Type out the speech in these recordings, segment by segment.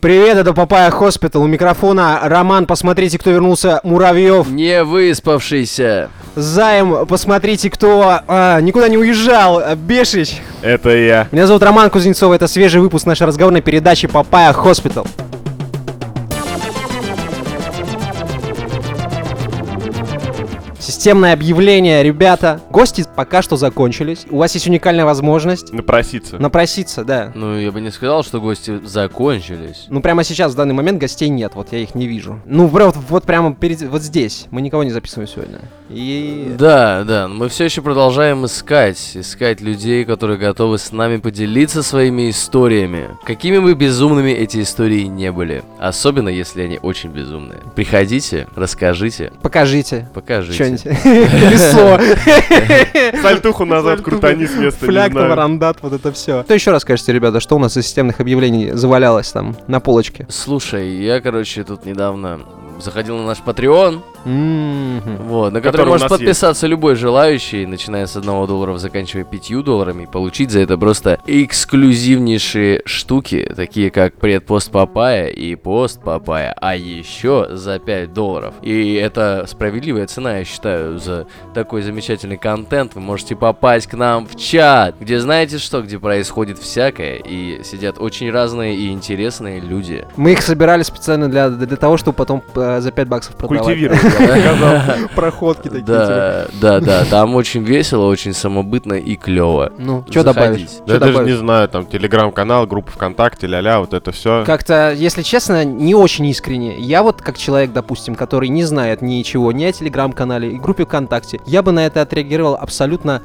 Привет, это Папайя Хоспитал. У микрофона Роман, посмотрите, кто вернулся, Муравьев. Не выспавшийся. Займ, посмотрите, кто никуда не уезжал, Бешич. Это я. Меня зовут Роман Кузнецов, это свежий выпуск нашей разговорной передачи Папайя Хоспитал. Системное объявление, ребята. Гости пока что закончились. У вас есть уникальная возможность напроситься, да. Ну, я бы не сказал, что гости закончились. Ну, прямо сейчас, в данный момент, гостей нет, вот я их не вижу. Ну, вот прямо вот здесь. Мы никого не записываем сегодня. Да, мы все еще продолжаем искать людей, которые готовы с нами поделиться своими историями. Какими бы безумными эти истории не были. Особенно, если они очень безумные. Приходите, расскажите. Покажите. Что-нибудь. Колесо. Сальтуху назад крутани с места, фляг, таварандат, вот это все. Что еще расскажете, ребята, что у нас из системных объявлений завалялось там на полочке? Слушай, я, тут недавно заходил на наш Patreon, вот, на который может подписаться любой желающий, начиная с $1, заканчивая $5, и получить за это просто эксклюзивнейшие штуки, такие как предпост Папайя и пост Папайя, а еще за $5. И это справедливая цена, я считаю, за такой замечательный контент. Вы можете попасть к нам в чат, где знаете что, где происходит всякое, и сидят очень разные и интересные люди. Мы их собирали специально для того, чтобы потом за $5 продавать. Культивировать. Проходки такие. Да, там очень весело, очень самобытно и клево. Ну, что добавить? Я даже не знаю, там телеграм-канал, группа ВКонтакте, ля-ля, вот это все. Как-то, если честно, не очень искренне. Я вот как человек, допустим, который не знает ничего ни о телеграм-канале и группе ВКонтакте, я бы на это отреагировал абсолютно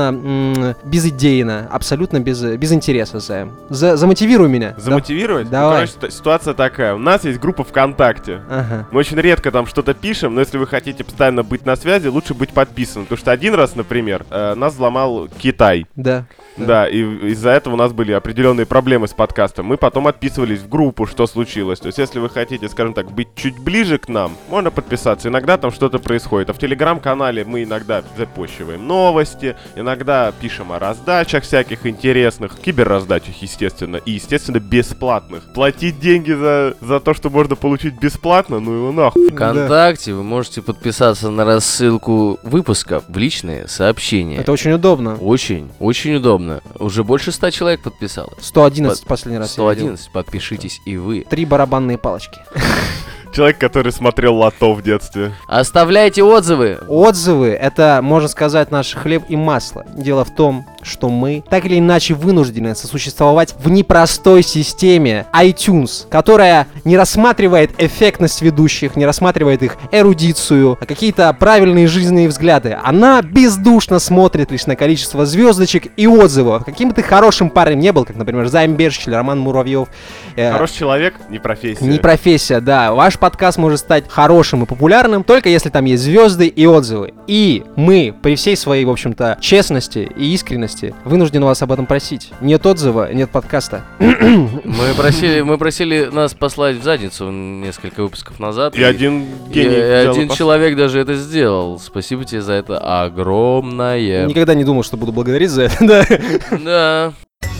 безидейно, абсолютно без интереса, Займ. Замотивируй меня. Замотивировать? Давай. Ну, короче, ситуация такая. У нас есть группа ВКонтакте. Ага. Мы очень редко там что-то пишем, но если вы хотите постоянно быть на связи, лучше быть подписанным. Потому что один раз, например, нас взломал Китай. Да, и из-за этого у нас были определенные проблемы с подкастом. Мы потом отписывались в группу, что случилось. То есть, если вы хотите, скажем так, быть чуть ближе к нам, можно подписаться. Иногда там что-то происходит. А в телеграм-канале мы иногда запощиваем новости, иногда пишем о раздачах всяких интересных, киберраздачах, естественно, и, естественно, бесплатных. Платить деньги за то, что можно получить бесплатно, ну его нахуй. ВКонтакте вы можете подписаться на рассылку выпуска в личные сообщения. Это очень удобно. Очень удобно. Уже больше 100 человек подписалось. 111 последний раз. 111, подпишитесь и вы. 3 барабанные палочки. Человек, который смотрел Лото в детстве. Оставляйте отзывы. Отзывы — это, можно сказать, наш хлеб и масло. Дело в том, что мы так или иначе вынуждены сосуществовать в непростой системе iTunes, которая не рассматривает эффектность ведущих, не рассматривает их эрудицию, а какие-то правильные жизненные взгляды. Она бездушно смотрит лишь на количество звездочек и отзывов. Каким бы ты хорошим парнем не был, как, например, Займ Бешич или Роман Муравьев. Хороший человек — не профессия. Не профессия, да. Ваш подкаст может стать хорошим и популярным, только если там есть звезды и отзывы. И мы, при всей своей, в общем-то, честности и искренности, вынуждены вас об этом просить. Нет отзыва, нет подкаста. Мы просили нас послать в задницу несколько выпусков назад. И один гений. Один человек даже это сделал. Спасибо тебе за это огромное. Никогда не думал, что буду благодарить за это, да? Да.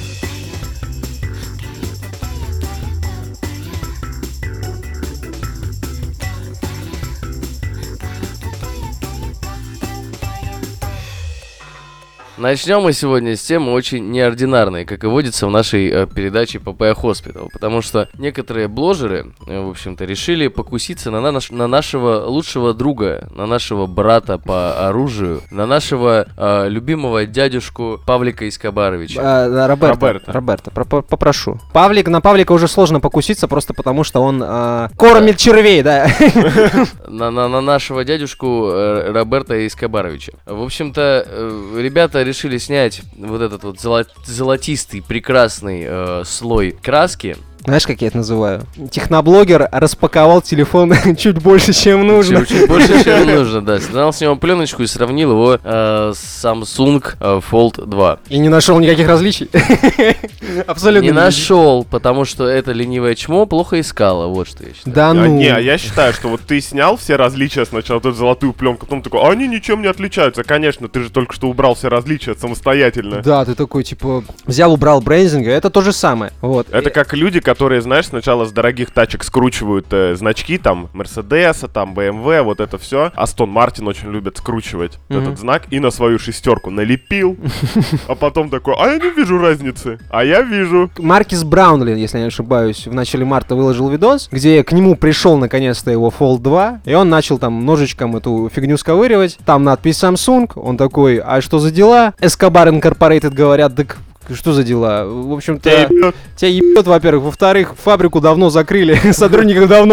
Начнем мы сегодня с темы очень неординарной, как и водится в нашей передаче Папайя Хоспитал, потому что некоторые бложеры, в общем-то, решили покуситься на нашего лучшего друга, на нашего брата по оружию, на нашего любимого дядюшку Павлика Эскобаровича. Роберто, попрошу. На Павлика уже сложно покуситься, просто потому что он кормит червей, да. На нашего дядюшку Роберта Эскобаровича. В общем-то, ребята решили снять вот этот вот золотистый, прекрасный слой краски. Знаешь, как я это называю? Техноблогер распаковал телефон чуть больше, чем нужно. Чуть больше, чем нужно, да. Снял с него пленочку и сравнил его с Samsung Fold 2. И не нашел никаких различий? Абсолютно не нашел, потому что это ленивое чмо плохо искало, вот что я считаю. Да ну. Я считаю, что вот ты снял все различия сначала, эту золотую пленку, потом такой, они ничем не отличаются. Конечно, ты же только что убрал все различия самостоятельно. Да, ты такой, типа, взял, убрал брендинга, это то же самое. Вот. Это как люди, которые, знаешь, сначала с дорогих тачек скручивают значки, там, Мерседеса, там, BMW, вот это все. Астон Мартин очень любят скручивать этот знак и на свою шестерку налепил, а потом такой, а я не вижу разницы, а я вижу. Маркис Браунли, если я не ошибаюсь, в начале марта выложил видос, где к нему пришел наконец-то его Fold 2, и он начал там ножичком эту фигню сковыривать. Там надпись Samsung, он такой, а что за дела? Escobar Incorporated говорят, так что за дела? В общем-то, тебя ебет, во-первых. Во-вторых, фабрику давно закрыли, сотрудников давно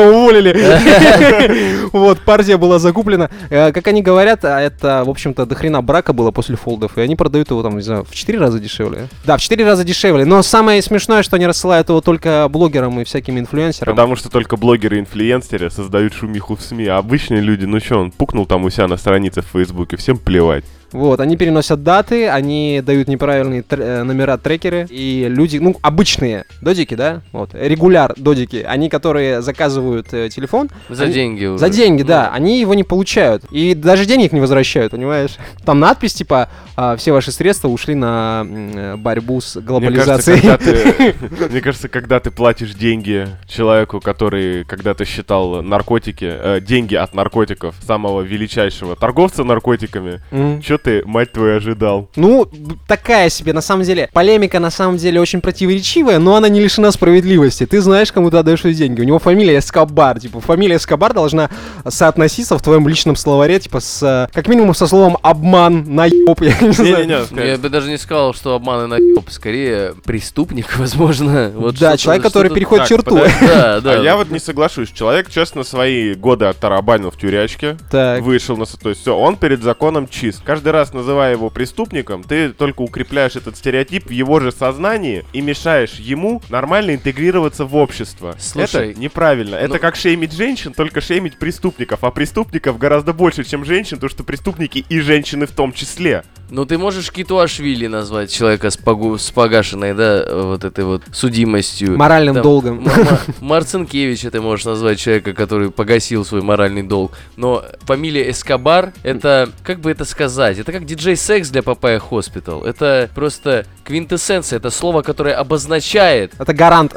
уволили. Вот, партия была закуплена. Как они говорят, это, в общем-то, дохрена брака было после фолдов, и они продают его, там, не знаю, в 4 раза дешевле. Да, в 4 раза дешевле. Но самое смешное, что они рассылают его только блогерам и всяким инфлюенсерам. Потому что только блогеры и инфлюенсеры создают шумиху в СМИ, а обычные люди, ну что, он пукнул там у себя на странице в Фейсбуке, всем плевать. Вот, они переносят даты, они дают неправильные номера трекеры, и люди, ну, обычные додики, да, вот, регуляр додики, они, которые заказывают телефон... За деньги уже. За деньги, да, они его не получают, и даже денег не возвращают, понимаешь? Там надпись, типа, все ваши средства ушли на борьбу с глобализацией. Мне кажется, когда ты платишь деньги человеку, который когда-то считал наркотики, деньги от наркотиков, самого величайшего торговца наркотиками, что ты, мать твою, ожидал? Ну, такая себе, на самом деле, полемика, на самом деле, очень противоречивая, но она не лишена справедливости. Ты знаешь, кому ты отдаешь эти деньги. У него фамилия Эскобар, типа, фамилия Эскобар должна соотноситься в твоем личном словаре, типа, с, как минимум, со словом обман, наеб, я не знаю. Я бы даже не сказал, что обман и наеб, скорее преступник, возможно. Вот да, человек, который переходит черту. Да. А я вот не соглашусь. Человек, честно, свои годы оттарабанил в тюрячке, вышел на... То есть все, он перед законом чист. Каждый раз, называя его преступником, ты только укрепляешь этот стереотип в его же сознании и мешаешь ему нормально интегрироваться в общество. Слушай, это неправильно. Это как шеймить женщин, только шеймить преступников. А преступников гораздо больше, чем женщин, потому что преступники и женщины в том числе. Ну, ты можешь Китуашвили назвать человека с погашенной, да, вот этой вот судимостью. Моральным долгом. Марцинкевича ты можешь назвать человека, который погасил свой моральный долг. Но фамилия Эскобар, это, как бы это сказать, это как диджей Секс для Папайя Хоспитал. Это просто квинтэссенция, это слово, которое обозначает... Это гарант.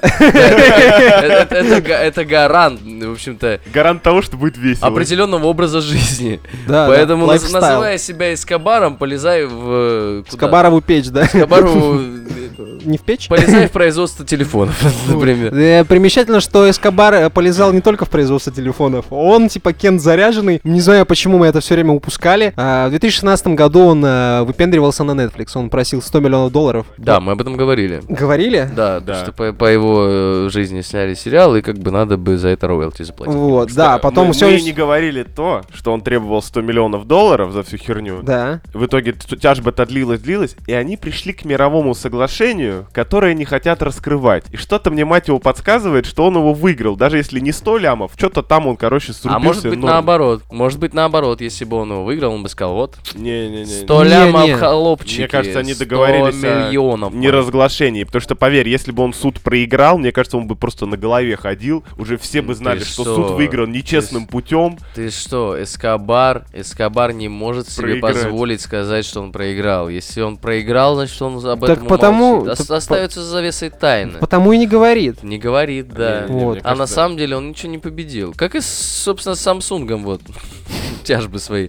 Это гарант, в общем-то... Гарант того, что будет весело. Определенного образа жизни. Да, поэтому, называя себя Эскобаром, полезай в... Эскобарову печь, да? Эскобарову... Не в печь? Полезай в производство телефонов, например. Примечательно, что Эскобар полезал не только в производство телефонов. Он, типа, Кент заряженный. Не знаю, почему мы это все время упускали. В 2016 году он выпендривался на Netflix. Он просил $100 миллионов. Да, мы об этом говорили. Говорили? Да. Что по его жизни сняли сериал, и как бы надо бы за это роялти заплатить. Вот, кстати, да, потом все... Мы не говорили то, что он требовал $100 миллионов за всю херню. Да. В итоге тяжба-то длилась, и они пришли к мировому соглашению, которое не хотят раскрывать. И что-то мне, мать его, подсказывает, что он его выиграл. Даже если не 100 лямов, что-то там он, короче, срубился. А может быть наоборот. Может быть наоборот, если бы он его выиграл, он бы сказал, вот, не-не-не. 100 лямов, холопчики. Мне кажется, они договорились о неразглашении. Потому что, поверь, если бы он суд проиграл, мне кажется, он бы просто на голове ходил. Уже все бы знали, что суд выигран нечестным путем. Ты что, Эскобар не может себе позволить сказать, что он проиграл. Если он проиграл, значит, он об этом умолчит. Остается за завесой тайны. Потому и не говорит. Не говорит, да. Вот. А на самом деле он ничего не победил. Как и, собственно, с Самсунгом, вот. Тяжбы свои.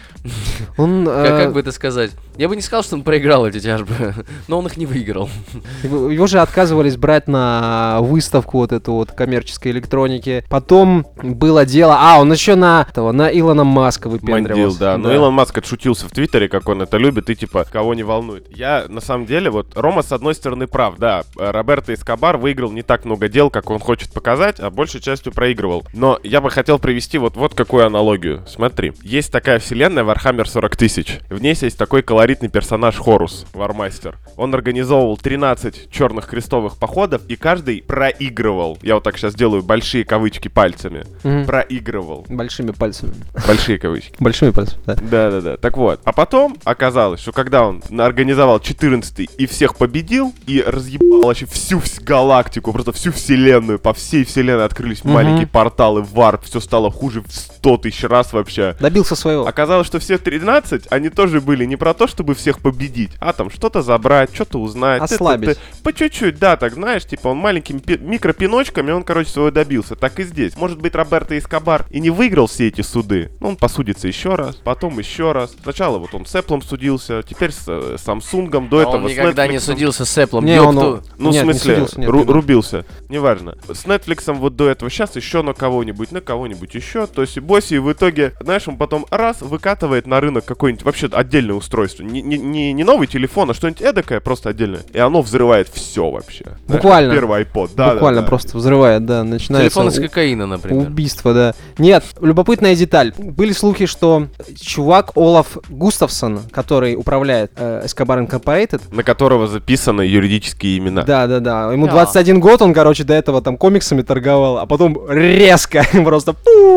Он, как бы это сказать? Я бы не сказал, что он проиграл эти тяжбы, но он их не выиграл. Его же отказывались брать на выставку вот эту вот коммерческой электроники. Потом было дело... он еще на Илона Маска выпендривался. Да. Но Илон Маск отшутился в Твиттере, как он это любит, и типа, кого не волнует. Я, на самом деле, вот, Рома, с одной стороны, прав, да. Роберто Эскобар выиграл не так много дел, как он хочет показать, а большей частью проигрывал. Но я бы хотел привести вот какую аналогию. Смотри, есть такая вселенная Warhammer 40 тысяч. В ней есть такой колоритный персонаж Хорус, Вармастер. Он организовывал 13 черных крестовых походов, и каждый проигрывал. Я вот так сейчас делаю большие кавычки пальцами. Проигрывал. Большими пальцами. Большие кавычки. Большими пальцами, да. Да. Так вот. А потом оказалось, что когда он организовал 14-й и всех победил, и разъебал вообще всю галактику, просто всю вселенную, по всей вселенной открылись маленькие порталы, варп, все стало хуже в 100 тысяч раз вообще. Добился своего. Оказалось, что все 13, они тоже были не про то, что чтобы всех победить, а там что-то забрать, что-то узнать. Ослабить. По чуть-чуть, да, так знаешь, типа он маленькими микропиночками, он, короче, своего добился. Так и здесь. Может быть, Роберто Эскобар и не выиграл все эти суды, но он посудится еще раз, потом еще раз. Сначала вот он с Apple судился, теперь с Samsung, до этого он никогда не судился с Apple. Ну, в смысле, рубился. Неважно. С Netflix вот до этого, сейчас еще на кого-нибудь еще. То есть Боси в итоге, знаешь, он потом раз выкатывает на рынок какое-нибудь вообще отдельное устройство. Не новый телефон, а что-нибудь эдакое, просто отдельное. И оно взрывает все вообще. Буквально. Знаешь, первый iPod. Да, буквально просто взрывает, да. Начинается телефон из кокаина, например. Убийство, да. Нет, любопытная деталь. Были слухи, что чувак Олаф Густавсон, который управляет Escobar Incorporated, на которого записаны юридические имена. Да. Ему 21 год, он, короче, до этого там комиксами торговал, а потом резко просто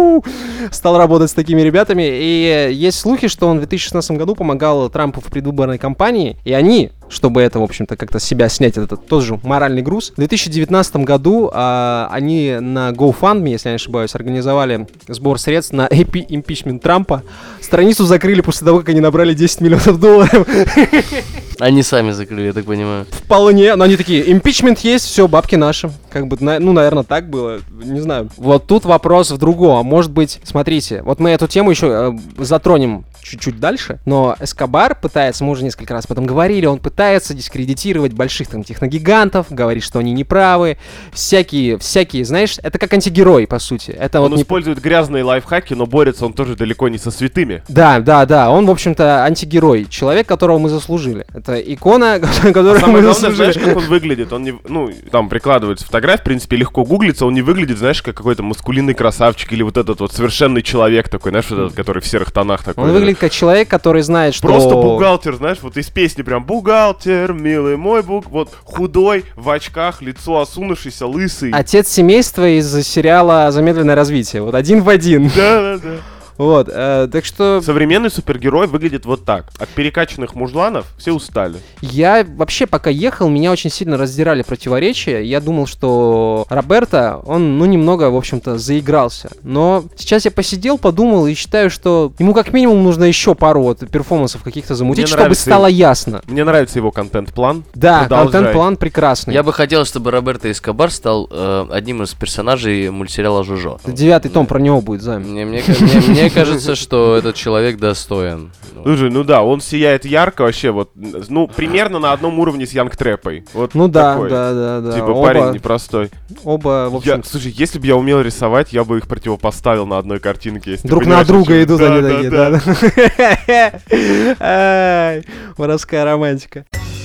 стал работать с такими ребятами. И есть слухи, что он в 2016 году помогал Трампу в предвыборной кампании, и они, чтобы это, в общем-то, как-то с себя снять, этот тот же моральный груз, в 2019 году они на GoFundMe, если я не ошибаюсь, организовали сбор средств на импичмент Трампа. Страницу закрыли после того, как они набрали $10 миллионов. Они сами закрыли, я так понимаю. Вполне, но они такие, импичмент есть, все, бабки наши. Как бы, наверное, так было, не знаю. Вот тут вопрос в другом. Может быть, смотрите, вот мы эту тему еще затронем чуть-чуть дальше, но Эскобар пытается, мы уже несколько раз об этом говорили, он пытается дискредитировать больших там техногигантов, говорит, что они неправы, всякие, знаешь, это как антигерой, по сути. Это он использует грязные лайфхаки, но борется он тоже далеко не со святыми. Да, он, в общем-то, антигерой, человек, которого мы заслужили. Это икона, которую мы заслужили. Знаешь, как он выглядит? Он не, там прикладывается фотография, в принципе, легко гуглится, он не выглядит, знаешь, как какой-то маскулинный красавчик или вот этот вот совершенный человек такой, знаешь, вот этот, который в серых тонах такой. Он выглядит как человек, который знает, что... Просто бухгалтер, знаешь, вот из песни прям бухгалтер, милый мой вот худой, в очках, лицо осунувшийся, лысый. Отец семейства из сериала «Замедленное развитие», вот один в один. Да. Вот, так что... Современный супергерой выглядит вот так. От перекачанных мужланов все устали. Я вообще, пока ехал, меня очень сильно раздирали противоречия. Я думал, что Роберто, он, немного, в общем-то, заигрался. Но сейчас я посидел, подумал и считаю, что ему как минимум нужно еще пару вот перформансов каких-то замутить, чтобы стало ясно. Мне нравится его контент-план. Да, контент-план прекрасный. Я бы хотел, чтобы Роберто Эскобар стал одним из персонажей мультсериала «Жужо». 9-й том про него будет, Займ. Мне кажется, что этот человек достоин. Слушай, он сияет ярко вообще, вот, примерно на одном уровне с Янг Трэпой. Вот да. Типа парень непростой. Оба, в общем... Слушай, если бы я умел рисовать, я бы их противопоставил на одной картинке. Друг на друга идут они такие, да. Воровская романтика.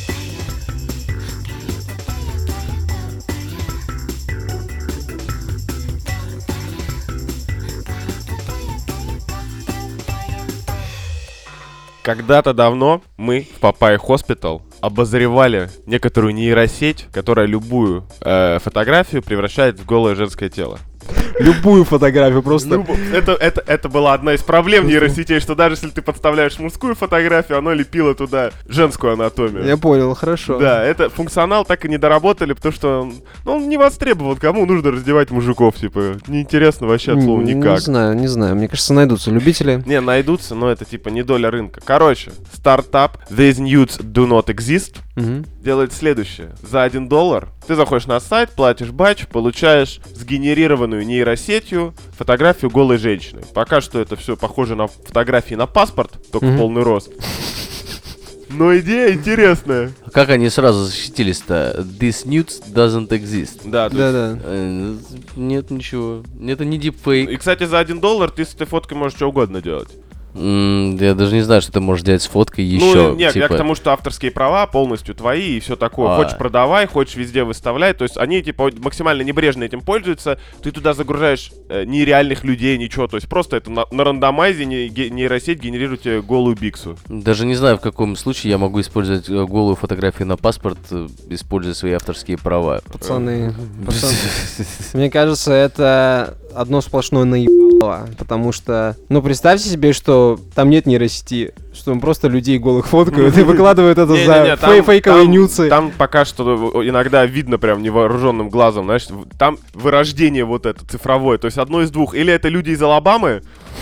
Когда-то давно мы в Papaya Hospital обозревали некоторую нейросеть, которая любую фотографию превращает в голое женское тело. Любую фотографию просто. Это была одна из проблем нейросетей, что даже если ты подставляешь мужскую фотографию, оно лепило туда женскую анатомию. Я понял, хорошо. Да, это функционал так и не доработали, потому что он не востребован. Кому нужно раздевать мужиков, типа, неинтересно вообще от слова никак. Не знаю, мне кажется, найдутся любители. Не, найдутся, но это типа не доля рынка. Короче, стартап These Nudes Do Not Exist делает следующее. За $1 ты заходишь на сайт, платишь бадж, получаешь сгенерированную нейросетью фотографию голой женщины. Пока что это все похоже на фотографии на паспорт, только в полный рост. Но идея интересная. Как они сразу защитились-то? This nudes doesn't exist. Да. Нет ничего. Это не deepfake. И, кстати, за $1 ты с этой фоткой можешь что угодно делать. Я даже не знаю, что ты можешь делать с фоткой еще. Нет, я к тому, что авторские права полностью твои и все такое. Хочешь продавай, хочешь везде выставляй. То есть они типа максимально небрежно этим пользуются. Ты туда загружаешь нереальных людей, ничего. То есть просто это на рандомайзе нейросеть генерирует тебе голую биксу. Даже не знаю, в каком случае я могу использовать голую фотографию на паспорт, используя свои авторские права. Пацаны. Мне кажется, это одно сплошное наебало, потому что, ну, представьте себе, что там нет нейросети, что просто людей голых фоткают и выкладывают это за фейковые нюцы. Там пока что иногда видно прям невооруженным глазом, знаешь, там вырождение вот это цифровое, то есть одно из двух, или это люди из Алабамы,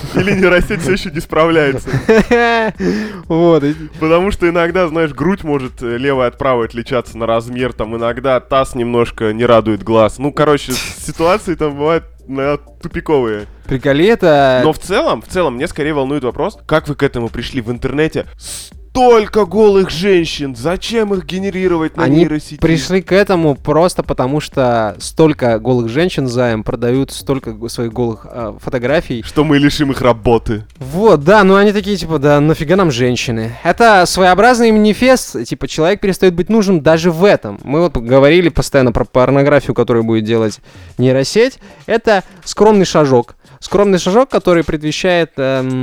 Или нейросеть все еще не справляется. Вот. Потому что иногда, знаешь, грудь может левая от правой отличаться на размер, там иногда таз немножко не радует глаз. Ну, короче, ситуации там бывают тупиковые. Приколи это... Но в целом, мне скорее волнует вопрос, как вы к этому пришли в интернете? Столько голых женщин, зачем их генерировать на нейросети? Они пришли к этому просто потому, что столько голых женщин займ продают столько своих голых фотографий. Что мы лишим их работы. Вот, да, ну они такие, типа, да нафига нам женщины? Это своеобразный манифест, типа, человек перестает быть нужным даже в этом. Мы вот говорили постоянно про порнографию, которую будет делать нейросеть. Это скромный шажок. Скромный шажок, который предвещает...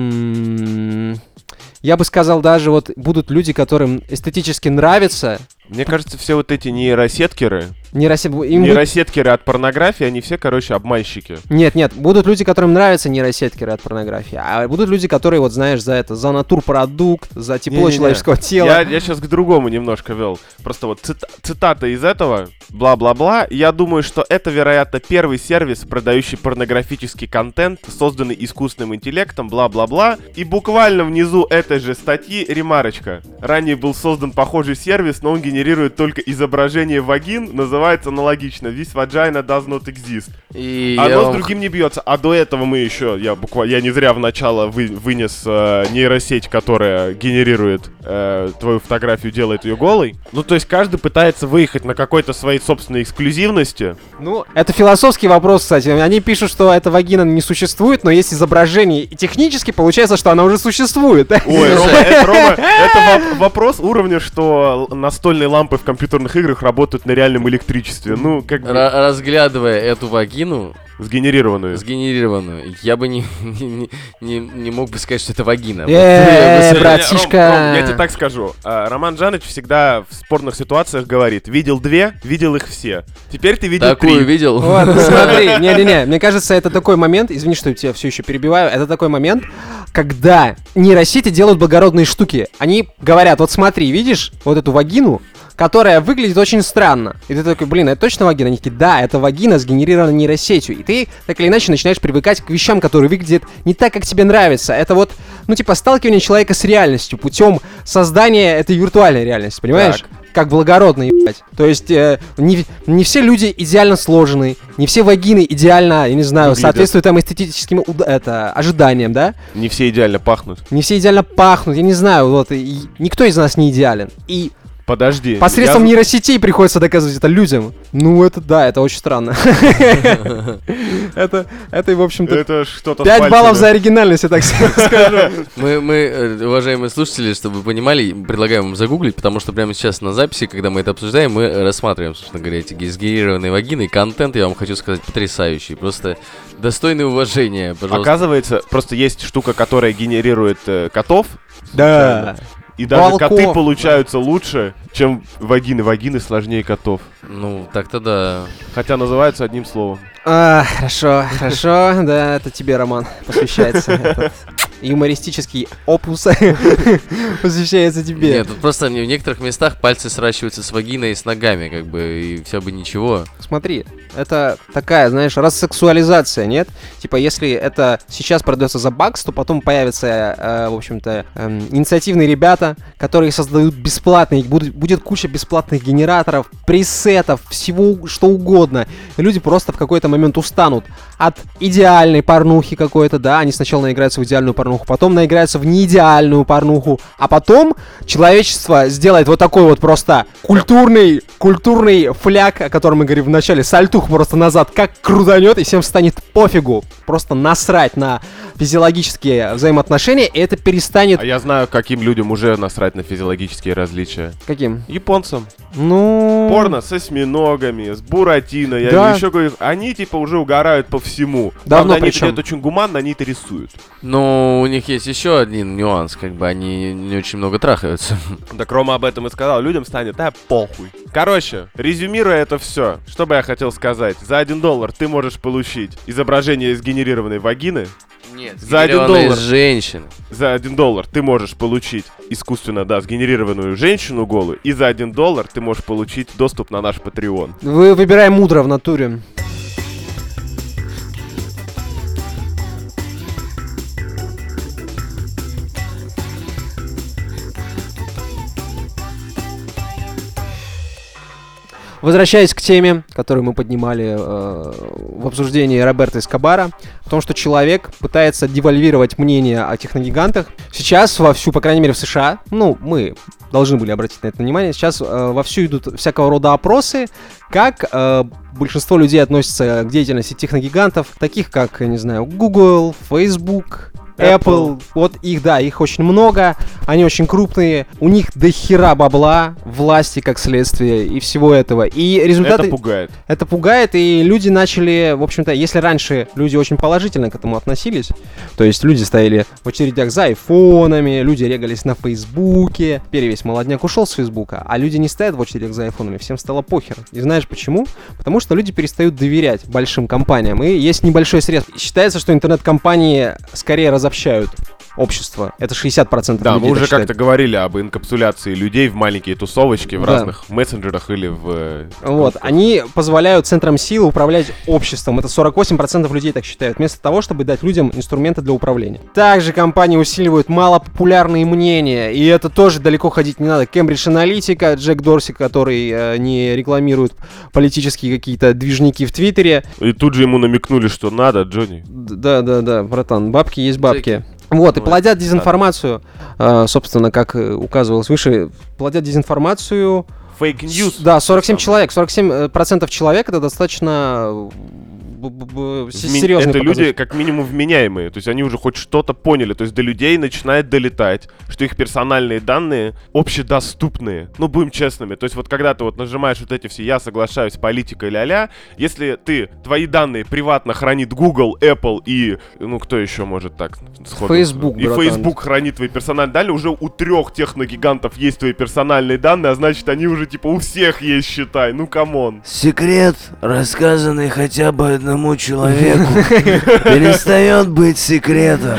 Я бы сказал, даже вот будут люди, которым эстетически нравится. Мне кажется, все вот эти нейросеткеры, нейросеткеры от порнографии, они все, короче, обманщики. Нет, будут люди, которым нравятся нейросеткеры от порнографии, а будут люди, которые, вот знаешь, за натурпродукт, за тепло человеческого тела. Я сейчас к другому немножко вел. Просто вот цитата из этого, бла-бла-бла. Я думаю, что это, вероятно, первый сервис, продающий порнографический контент, созданный искусственным интеллектом, бла-бла-бла. И буквально внизу этой же статьи ремарочка. Ранее был создан похожий сервис, но он генерирует только изображение вагин, называется аналогично. This vagina does not exist. И одно с другим не бьется. А до этого мы еще, я не зря в начало вынес нейросеть, которая генерирует твою фотографию, делает ее голой. Ну, то есть каждый пытается выехать на какой-то своей собственной эксклюзивности. Ну, это философский вопрос, кстати. Они пишут, что эта вагина не существует, но есть изображение, и технически получается, что она уже существует. Ой, Рома, это вопрос уровня, что настольные лампы в компьютерных играх работают на реальном электричестве. Ну, как бы... Разглядывая эту вагину... Сгенерированную. Я бы не мог бы сказать, что это вагина. Братишка. Ром, я тебе так скажу. Роман Жаныч всегда в спорных ситуациях говорит: видел две, видел их все. Теперь ты видел такую 3. видел? Вот, смотри, не-не-не, мне кажется, это такой момент, извини, что я тебя все еще перебиваю, это такой момент, когда нейросети делают благородные штуки. Они говорят: вот смотри, видишь вот эту вагину, которая выглядит очень странно. И ты такой: блин, это точно вагина? Они такие: да, это вагина сгенерирована нейросетью. И ты так или иначе начинаешь привыкать к вещам, которые выглядят не так, как тебе нравится. Это вот, ну типа, сталкивание человека с реальностью путем создания этой виртуальной реальности, понимаешь? Так. Как благородно, ебать. То есть не все люди идеально сложены, не все вагины идеально, я не знаю, соответствуют там эстетическим ожиданиям, да? Не все идеально пахнут. Не все идеально пахнут, я не знаю, вот, и никто из нас не идеален. И подожди. посредством нейросетей приходится доказывать это людям. Ну, это да, это очень странно. Это, в общем-то, это что-то 5 баллов за оригинальность, я так скажу. Мы, уважаемые слушатели, чтобы вы понимали, предлагаем вам загуглить, потому что прямо сейчас на записи, когда мы это обсуждаем, мы рассматриваем, собственно говоря, эти сгенерированные вагины. И контент, я вам хочу сказать, потрясающий. Просто достойный уважения, пожалуйста. Оказывается, просто есть штука, которая генерирует котов. Да. И даже коты получаются лучше, чем вагины. Вагины сложнее котов. Ну, так-то да. Хотя называются одним словом. Хорошо. Да, это тебе, Роман, посвящается. Этот юмористический опус посвящается тебе. Нет, тут просто в некоторых местах пальцы сращиваются с вагиной и с ногами, как бы, и все бы ничего. Смотри, это такая, знаешь, рассексуализация, нет? Типа, если это сейчас продается за бакс, то потом появятся, в общем-то, инициативные ребята, которые создают бесплатные, будет куча бесплатных генераторов, пресетов, всего что угодно. И люди просто в какой-то момент устанут от идеальной порнухи какой-то, да, они сначала наиграются в идеальную порнуху, потом наиграются в неидеальную порнуху, а потом человечество сделает вот такой вот просто культурный фляг, о котором мы говорим в начале, сальтух просто назад, как крутанет, и всем станет пофигу, просто насрать на физиологические взаимоотношения, и это перестанет... А я знаю, каким людям уже насрать на физиологические различия. Каким? Японцам. Ну... Порно с осьминогами, с Буратино, я еще говорю, они типа уже угорают по всему. Давно правда, причем. Они это очень гуманно, они это рисуют. Но у них есть еще один нюанс, как бы они не очень много трахаются. Так Рома об этом и сказал, людям станет, похуй. Короче, резюмируя это все, что бы я хотел сказать. За $1 ты можешь получить изображение сгенерированной вагины. Нет, за $1 женщины. За $1 ты можешь получить искусственно, сгенерированную женщину голую. И за $1 ты можешь получить доступ на наш Patreon. Вы выбираем мудро в натуре. Возвращаясь к теме, которую мы поднимали в обсуждении Роберто Эскобара, о том, что человек пытается девальвировать мнение о техногигантах. Сейчас вовсю, по крайней мере в США, мы должны были обратить на это внимание, сейчас вовсю идут всякого рода опросы, как большинство людей относятся к деятельности техногигантов, таких как, я не знаю, Google, Facebook, Apple, вот их очень много, они очень крупные, у них дохера бабла, власти как следствие и всего этого. И результаты... Это пугает. Это пугает, и люди начали, в общем-то, если раньше люди очень положительно к этому относились, то есть люди стояли в очередях за айфонами, люди регались на Фейсбуке, теперь весь молодняк ушел с Фейсбука, а люди не стоят в очередях за айфонами, всем стало похер. И знаешь почему? Потому что люди перестают доверять большим компаниям, и есть небольшой срез. Считается, что интернет-компании скорее разобщают общество. Это 60% да, людей. мы уже как-то говорили об инкапсуляции людей в маленькие тусовочки в разных мессенджерах или в... Вот, они позволяют центрам силы управлять обществом. Это 48% людей так считают, вместо того, чтобы дать людям инструменты для управления. Также компании усиливают малопопулярные мнения, и это тоже далеко ходить не надо. Cambridge Analytica, Джек Дорси, который не рекламирует политические какие-то движники в Твиттере. И тут же ему намекнули, что надо, Джонни. Да, братан, бабки есть бабки. Вот, и плодят дезинформацию, собственно, как указывалось выше, плодят дезинформацию. Fake news. Да, 47% человек, это достаточно серьезный это люди как минимум вменяемые, то есть они уже хоть что-то поняли, то есть до людей начинает долетать, что их персональные данные общедоступные, будем честными, то есть вот когда ты вот нажимаешь вот эти все «я соглашаюсь», политика и ля-ля, если твои данные приватно хранит Google, Apple и, кто еще может так сходу? Facebook, и братан. Facebook хранит твои персональные данные, уже у 3 техногигантов есть твои персональные данные, а значит они уже типа у всех есть, считай, камон. Секрет, рассказанный хотя бы одному человеку, перестает быть секретом.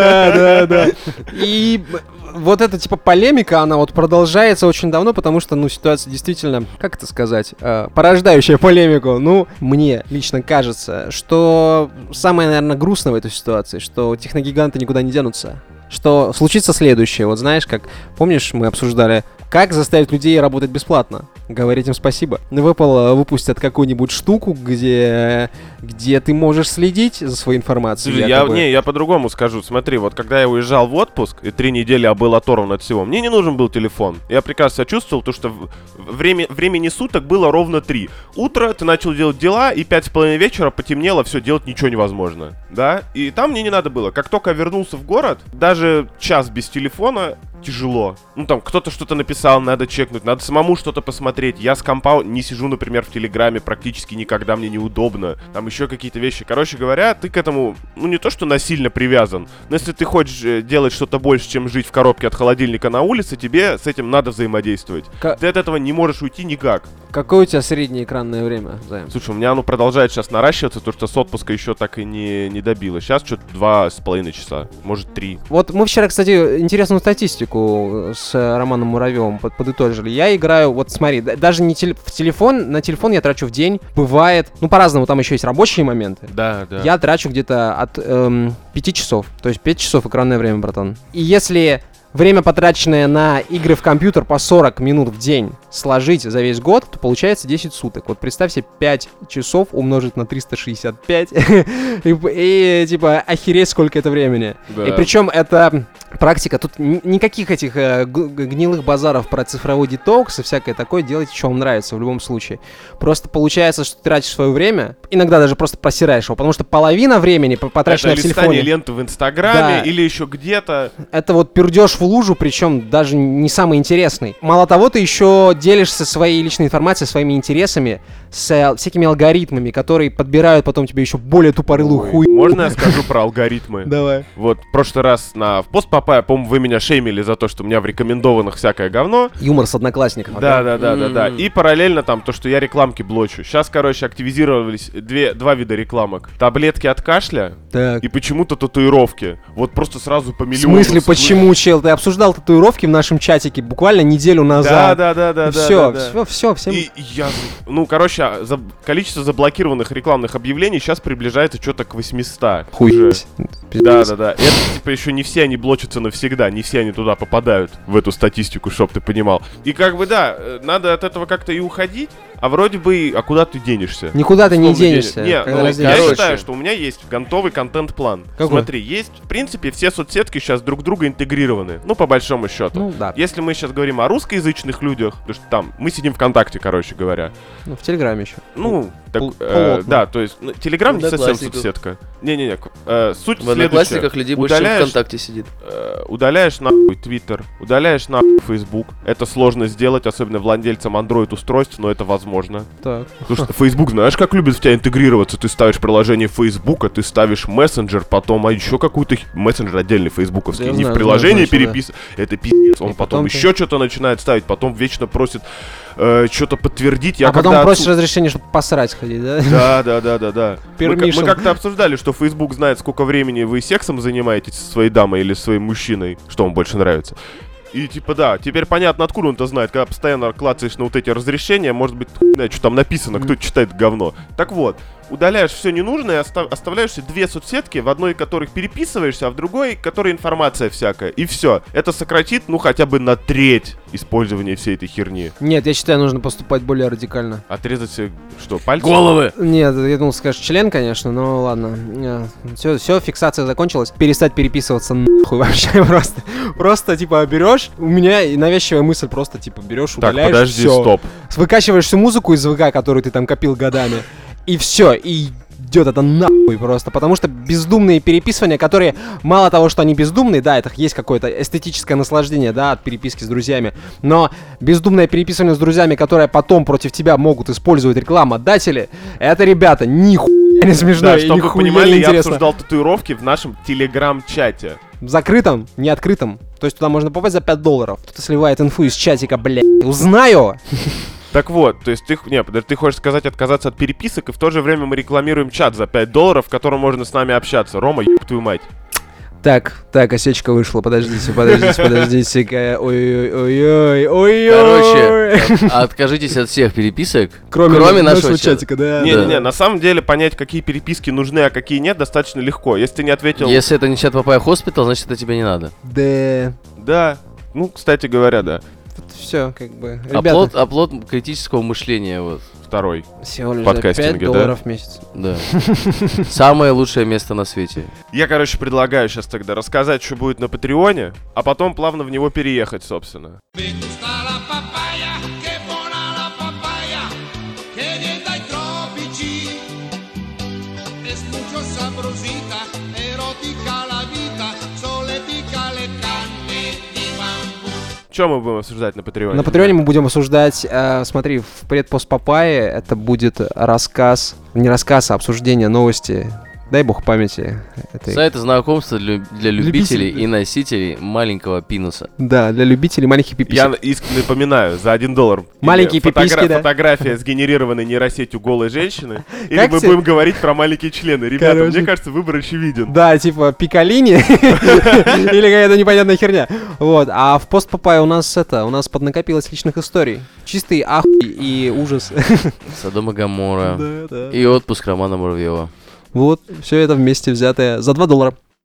Да. И вот эта типа полемика, она вот продолжается очень давно, потому что, ситуация действительно, как это сказать, порождающая полемику. Мне лично кажется, что самое, наверное, грустное в этой ситуации, что техногиганты никуда не денутся. Что случится следующее. Вот знаешь, как, помнишь, мы обсуждали, как заставить людей работать бесплатно? Говорить им спасибо. В Apple выпустят какую-нибудь штуку, где ты можешь следить за своей информацией. Я по-другому скажу. Смотри, вот когда я уезжал в отпуск, и 3 недели я был оторван от всего, мне не нужен был телефон. Я прекрасно себя чувствовал, потому что времени суток было ровно 3. Утро, ты начал делать дела, и 5:30 вечера потемнело, все, делать ничего невозможно. Да? И там мне не надо было. Как только я вернулся в город, даже час без телефона тяжело. Там кто-то что-то написал, надо чекнуть, надо самому что-то посмотреть. Я с компа не сижу, например, в Телеграме практически никогда, мне неудобно. Там еще какие-то вещи. Короче говоря, ты к этому, не то что насильно привязан, но если ты хочешь делать что-то больше, чем жить в коробке от холодильника на улице, тебе с этим надо взаимодействовать. Ты от этого не можешь уйти никак. Какое у тебя среднее экранное время, Займ? Слушай, у меня оно продолжает сейчас наращиваться, потому что с отпуска еще так и не добило. Сейчас что-то 2,5 часа, может 3. Вот мы вчера, кстати, интересную статистику с Романом Муравьевым подытожили. Я играю, вот смотри, даже не в телефон, на телефон я трачу в день, бывает, по-разному, там еще есть рабочие моменты. Да. Я трачу где-то от 5 часов, то есть 5 часов экранное время, братан. И если время, потраченное на игры в компьютер по 40 минут в день, сложить за весь год, то получается 10 суток. Вот представь себе 5 часов умножить на 365 и типа охереть, сколько это времени. И причем это практика, тут никаких этих гнилых базаров про цифровой детокс и всякое такое, делайте, что вам нравится в любом случае. Просто получается, что ты тратишь свое время, иногда даже просто просираешь его, потому что половина времени потраченная в телефоне. Это листание ленты в Инстаграме или еще где-то. Это вот пердеж в лужу, причем даже не самый интересный. Мало того, ты еще делишься своей личной информацией, своими интересами с всякими алгоритмами, которые подбирают потом тебе еще более тупорылую хуйню. Можно я скажу про алгоритмы? Давай. Вот в прошлый раз в пост Папайя, по-моему, вы меня шеймили за то, что у меня в рекомендованных всякое говно. Юмор с одноклассников. Да. И параллельно там то, что я рекламки блочу. Сейчас, активизировались два вида рекламок. Таблетки от кашля и почему-то татуировки. Вот просто сразу по миллиону. В смысле, почему, чел? Ты обсуждал татуировки в нашем чатике буквально неделю назад. Да. Все, всем. И я, количество заблокированных рекламных объявлений сейчас приближается что-то к 800. Хуй. Да. Это типа еще не все они блочатся навсегда, не все они туда попадают, в эту статистику, чтоб ты понимал. И надо от этого как-то и уходить. а вроде бы, а куда ты денешься? Никуда ты не денешься. Я считаю, что у меня есть готовый контент-план. Какой? Смотри, есть, в принципе, все соцсетки сейчас друг друга интегрированы. Ну, по большому счету. Ну, да. Если мы сейчас говорим о русскоязычных людях, потому что там мы сидим ВКонтакте, короче говоря. Ну, в Телеграме еще. Ну, так, да, то есть, Телеграм не совсем соцсетка. Не-не-не, суть в Одноклассниках людей больше ВКонтакте сидит. Удаляешь нахуй Твиттер, удаляешь нахуй Фейсбук. Это сложно сделать, особенно владельцам Android-устройств, но это возможно. Так. Потому что Facebook, знаешь, как любит в тебя интегрироваться? Ты ставишь приложение Фейсбука, ты ставишь мессенджер, потом еще какой-то мессенджер отдельный фейсбуковский, не в приложении переписывать. Это пиздец. Он потом еще что-то начинает ставить, потом вечно просит что-то подтвердить. А потом просишь разрешение, чтобы посрать ходить, да? Да. Мы как-то обсуждали, что Facebook знает, сколько времени вы сексом занимаетесь со своей дамой или своим мужчиной, что вам больше нравится. И типа да, теперь понятно, откуда он-то знает, когда постоянно клацаешь на вот эти разрешения, может быть, что там написано, кто читает говно. Так вот, удаляешь все ненужное, оставляешь себе 2 соцсетки, в одной из которых переписываешься, а в другой, которой информация всякая. И все. Это сократит, ну, хотя бы на треть использования всей этой херни. Нет, я считаю, нужно поступать более радикально. Отрезать себе, что, пальцы? Головы! Нет, я думал, скажешь член, конечно, но ладно. Все, фиксация закончилась. Перестать переписываться нахуй вообще просто. Просто, типа, берешь, у меня навязчивая мысль, просто, типа, берешь, удаляешь, так, подожди, всё. стоп. Выкачиваешь всю музыку из ВК, которую ты там копил годами. И все, и идет это нахуй просто, потому что бездумные переписывания, которые, мало того, что они бездумные, да, это есть какое-то эстетическое наслаждение, да, от переписки с друзьями, но бездумное переписывание с друзьями, которое потом против тебя могут использовать рекламодатели, это, ребята, нихуя не смешно, да, и чтобы вы понимали, не я интересно. обсуждал татуировки в нашем телеграм-чате. В закрытом, не открытом, то есть туда можно попасть за $5. Кто-то сливает инфу из чатика, блядь, узнаю! Так вот, то есть ты хочешь сказать отказаться от переписок, и в то же время мы рекламируем чат за $5, в котором можно с нами общаться. Рома, еб твою мать. Так, осечка вышла, подождите, ой-ой-ой. Короче, откажитесь от всех переписок, кроме нашего чатика, да. Не, на самом деле понять, какие переписки нужны, а какие нет, достаточно легко. Если ты не ответил... Если это не чат Папайя Хоспитал, значит, это тебе не надо. Да, ну, кстати говоря, да. Все, как бы. Оплот критического мышления, вот. Второй. Всего лишь подкастинге, за $5 в месяц. Да. Самое лучшее место на свете. Я, короче, предлагаю сейчас тогда рассказать, что будет на Патреоне, а потом плавно в него переехать, собственно. Что мы будем обсуждать на Патреоне? На Патреоне мы будем обсуждать, смотри, в предпост Папайи это будет рассказ, не рассказ, а обсуждение новости, дай бог памяти. Сайты знакомства для любителей и носителей маленького пинуса. Да, для любителей маленьких пиписек. Я искренне напоминаю, за $1. Маленькие пиписки, да. Фотография, сгенерированной нейросетью голой женщины. Или мы будем говорить про маленькие члены. Ребята, мне кажется, выбор очевиден. Да, типа Пикалини или какая-то непонятная херня. Вот, а в пост Папайи у нас поднакопилось личных историй. Чистый ахуй и ужас. Содом и Гоморра. И отпуск Романа Муравьева. Вот, все это вместе взятое за $2.